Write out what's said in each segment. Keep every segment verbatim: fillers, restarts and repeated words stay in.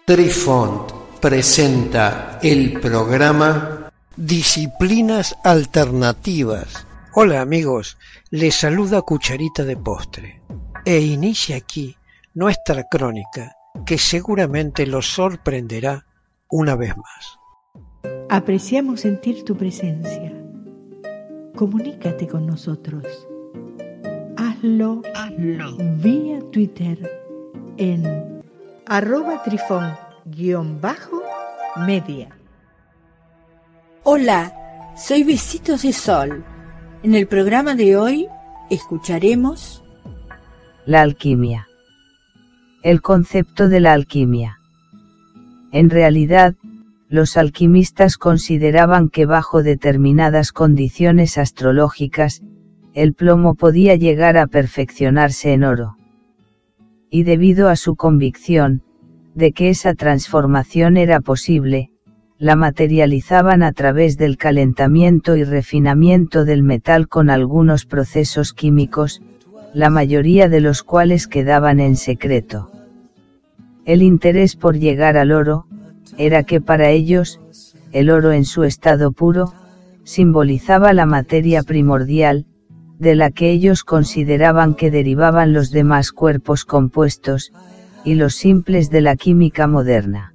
Trifont presenta el programa Disciplinas Alternativas. Hola amigos, les saluda Cucharita de Postre e inicia aquí nuestra crónica que seguramente los sorprenderá una vez más. Apreciamos sentir tu presencia. Comunícate con nosotros. Hazlo, Hazlo. vía Twitter en arroba trifón guión bajo media. Hola, soy Besitos de Sol. En el programa de hoy escucharemos la alquimia. El concepto de la alquimia. En realidad, los alquimistas consideraban que bajo determinadas condiciones astrológicas, el plomo podía llegar a perfeccionarse en oro. Y debido a su convicción, de que esa transformación era posible, la materializaban a través del calentamiento y refinamiento del metal con algunos procesos químicos, la mayoría de los cuales quedaban en secreto. El interés por llegar al oro, era que para ellos, el oro en su estado puro, simbolizaba la materia primordial, de la que ellos consideraban que derivaban los demás cuerpos compuestos, y los simples de la química moderna.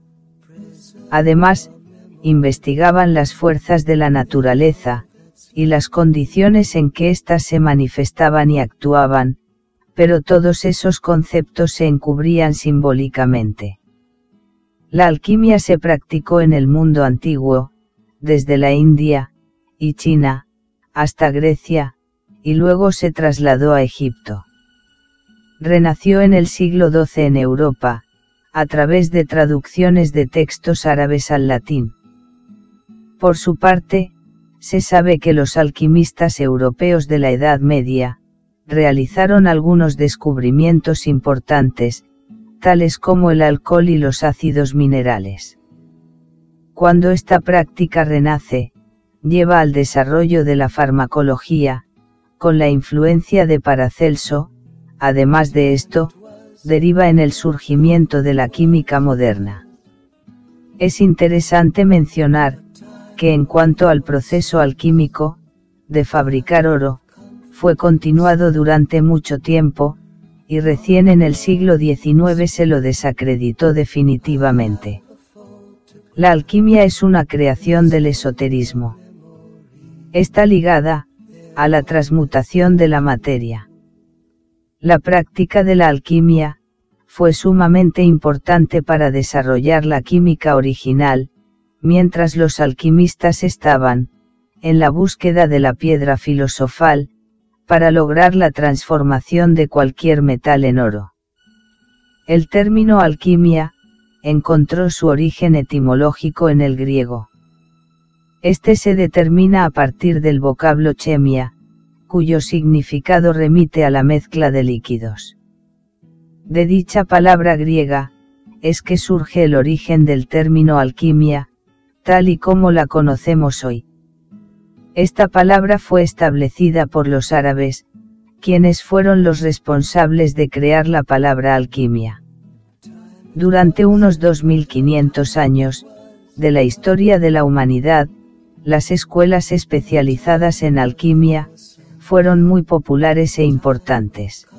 Además, investigaban las fuerzas de la naturaleza, y las condiciones en que éstas se manifestaban y actuaban, pero todos esos conceptos se encubrían simbólicamente. La alquimia se practicó en el mundo antiguo, desde la India y China, hasta Grecia, y luego se trasladó a Egipto. Renació en el siglo doce en Europa, a través de traducciones de textos árabes al latín. Por su parte, se sabe que los alquimistas europeos de la Edad Media, realizaron algunos descubrimientos importantes, tales como el alcohol y los ácidos minerales. Cuando esta práctica renace, lleva al desarrollo de la farmacología, con la influencia de Paracelso. Además de esto, deriva en el surgimiento de la química moderna. Es interesante mencionar, que en cuanto al proceso alquímico, de fabricar oro, fue continuado durante mucho tiempo, y recién en el siglo diecinueve se lo desacreditó definitivamente. La alquimia es una creación del esoterismo. Está ligada, a la transmutación de la materia. La práctica de la alquimia, fue sumamente importante para desarrollar la química original, mientras los alquimistas estaban, en la búsqueda de la piedra filosofal, para lograr la transformación de cualquier metal en oro. El término alquimia, encontró su origen etimológico en el griego. Este se determina a partir del vocablo chemia, cuyo significado remite a la mezcla de líquidos. De dicha palabra griega, es que surge el origen del término alquimia, tal y como la conocemos hoy. Esta palabra fue establecida por los árabes, quienes fueron los responsables de crear la palabra alquimia. Durante unos dos mil quinientos años, de la historia de la humanidad, las escuelas especializadas en alquimia, fueron muy populares e importantes.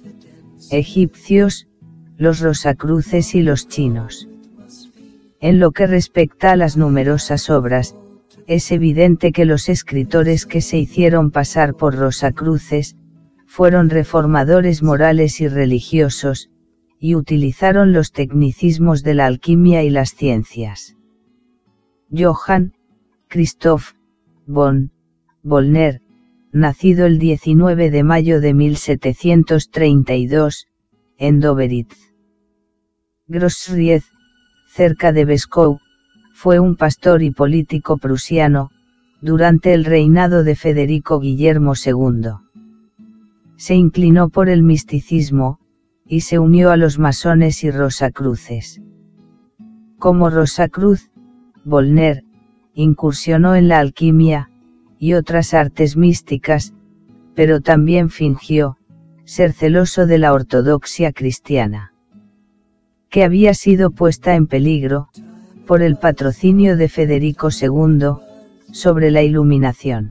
Egipcios, los rosacruces y los chinos. En lo que respecta a las numerosas obras, es evidente que los escritores que se hicieron pasar por rosacruces, fueron reformadores morales y religiosos, y utilizaron los tecnicismos de la alquimia y las ciencias. Johann Christoph von Bollner, nacido el diecinueve de mayo de mil setecientos treinta y dos, en Doberitz, Grossried, cerca de Beskow, fue un pastor y político prusiano, durante el reinado de Federico Guillermo segundo. Se inclinó por el misticismo, y se unió a los masones y rosacruces. Como Rosacruz, Bollner, incursionó en la alquimia, y otras artes místicas, pero también fingió, ser celoso de la ortodoxia cristiana. que había sido puesta en peligro, por el patrocinio de Federico segundo, sobre la iluminación.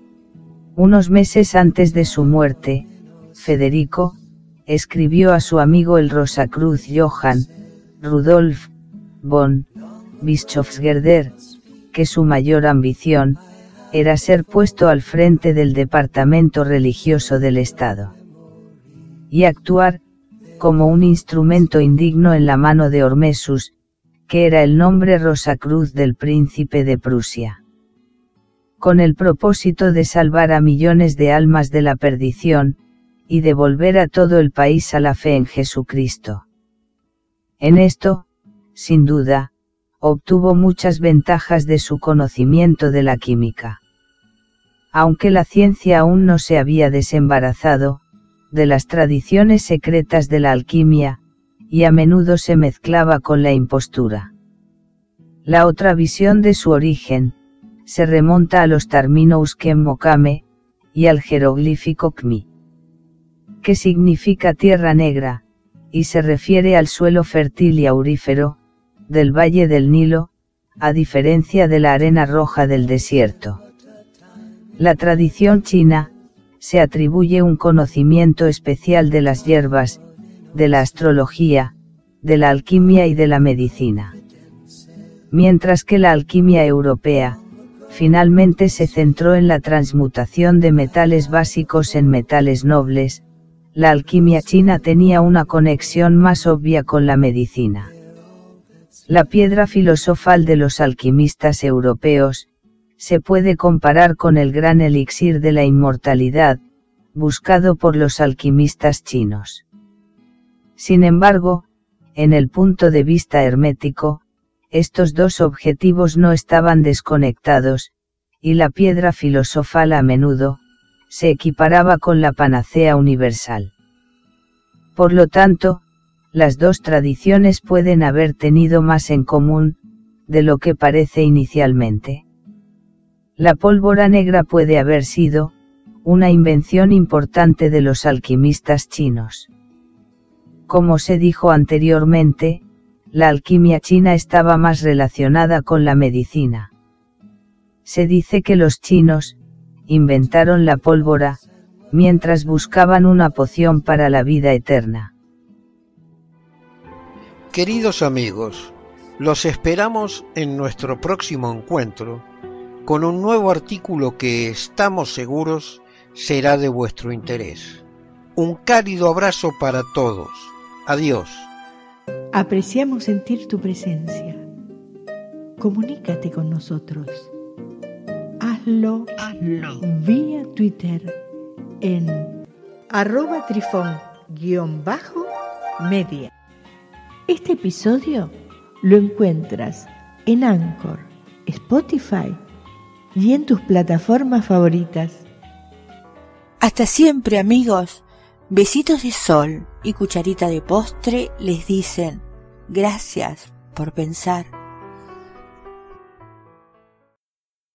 Unos meses antes de su muerte, Federico, escribió a su amigo el Rosacruz Johann Rudolf von Bischofswerder, que su mayor ambición, era ser puesto al frente del departamento religioso del Estado. Y actuar, como un instrumento indigno en la mano de Hormesus, que era el nombre Rosacruz del príncipe de Prusia. Con el propósito de salvar a millones de almas de la perdición, y de volver a todo el país a la fe en Jesucristo. En esto, sin duda, obtuvo muchas ventajas de su conocimiento de la química. Aunque la ciencia aún no se había desembarazado de las tradiciones secretas de la alquimia, y a menudo se mezclaba con la impostura. La otra visión de su origen se remonta a los términos Kem-Mokame y al jeroglífico Kmi, que significa tierra negra, y se refiere al suelo fértil y aurífero del valle del Nilo, a diferencia de la arena roja del desierto. La tradición china se atribuye un conocimiento especial de las hierbas, de la astrología, de la alquimia y de la medicina. Mientras que la alquimia europea, finalmente se centró en la transmutación de metales básicos en metales nobles, la alquimia china tenía una conexión más obvia con la medicina. La piedra filosofal de los alquimistas europeos, se puede comparar con el gran elixir de la inmortalidad, buscado por los alquimistas chinos. Sin embargo, en el punto de vista hermético, estos dos objetivos no estaban desconectados, y la piedra filosofal a menudo, se equiparaba con la panacea universal. Por lo tanto, las dos tradiciones pueden haber tenido más en común, de lo que parece inicialmente. La pólvora negra puede haber sido, una invención importante de los alquimistas chinos. Como se dijo anteriormente, la alquimia china estaba más relacionada con la medicina. Se dice que los chinos inventaron la pólvora, mientras buscaban una poción para la vida eterna. Queridos amigos, los esperamos en nuestro próximo encuentro, con un nuevo artículo que estamos seguros será de vuestro interés. Un cálido abrazo para todos. Adiós. Apreciamos sentir tu presencia. Comunícate con nosotros. Hazlo, Hazlo. vía Twitter en arroba trifón guión bajo media. Este episodio lo encuentras en Anchor, Spotify y en tus plataformas favoritas. Hasta siempre, amigos. Besitos de sol y cucharita de postre les dicen gracias por pensar.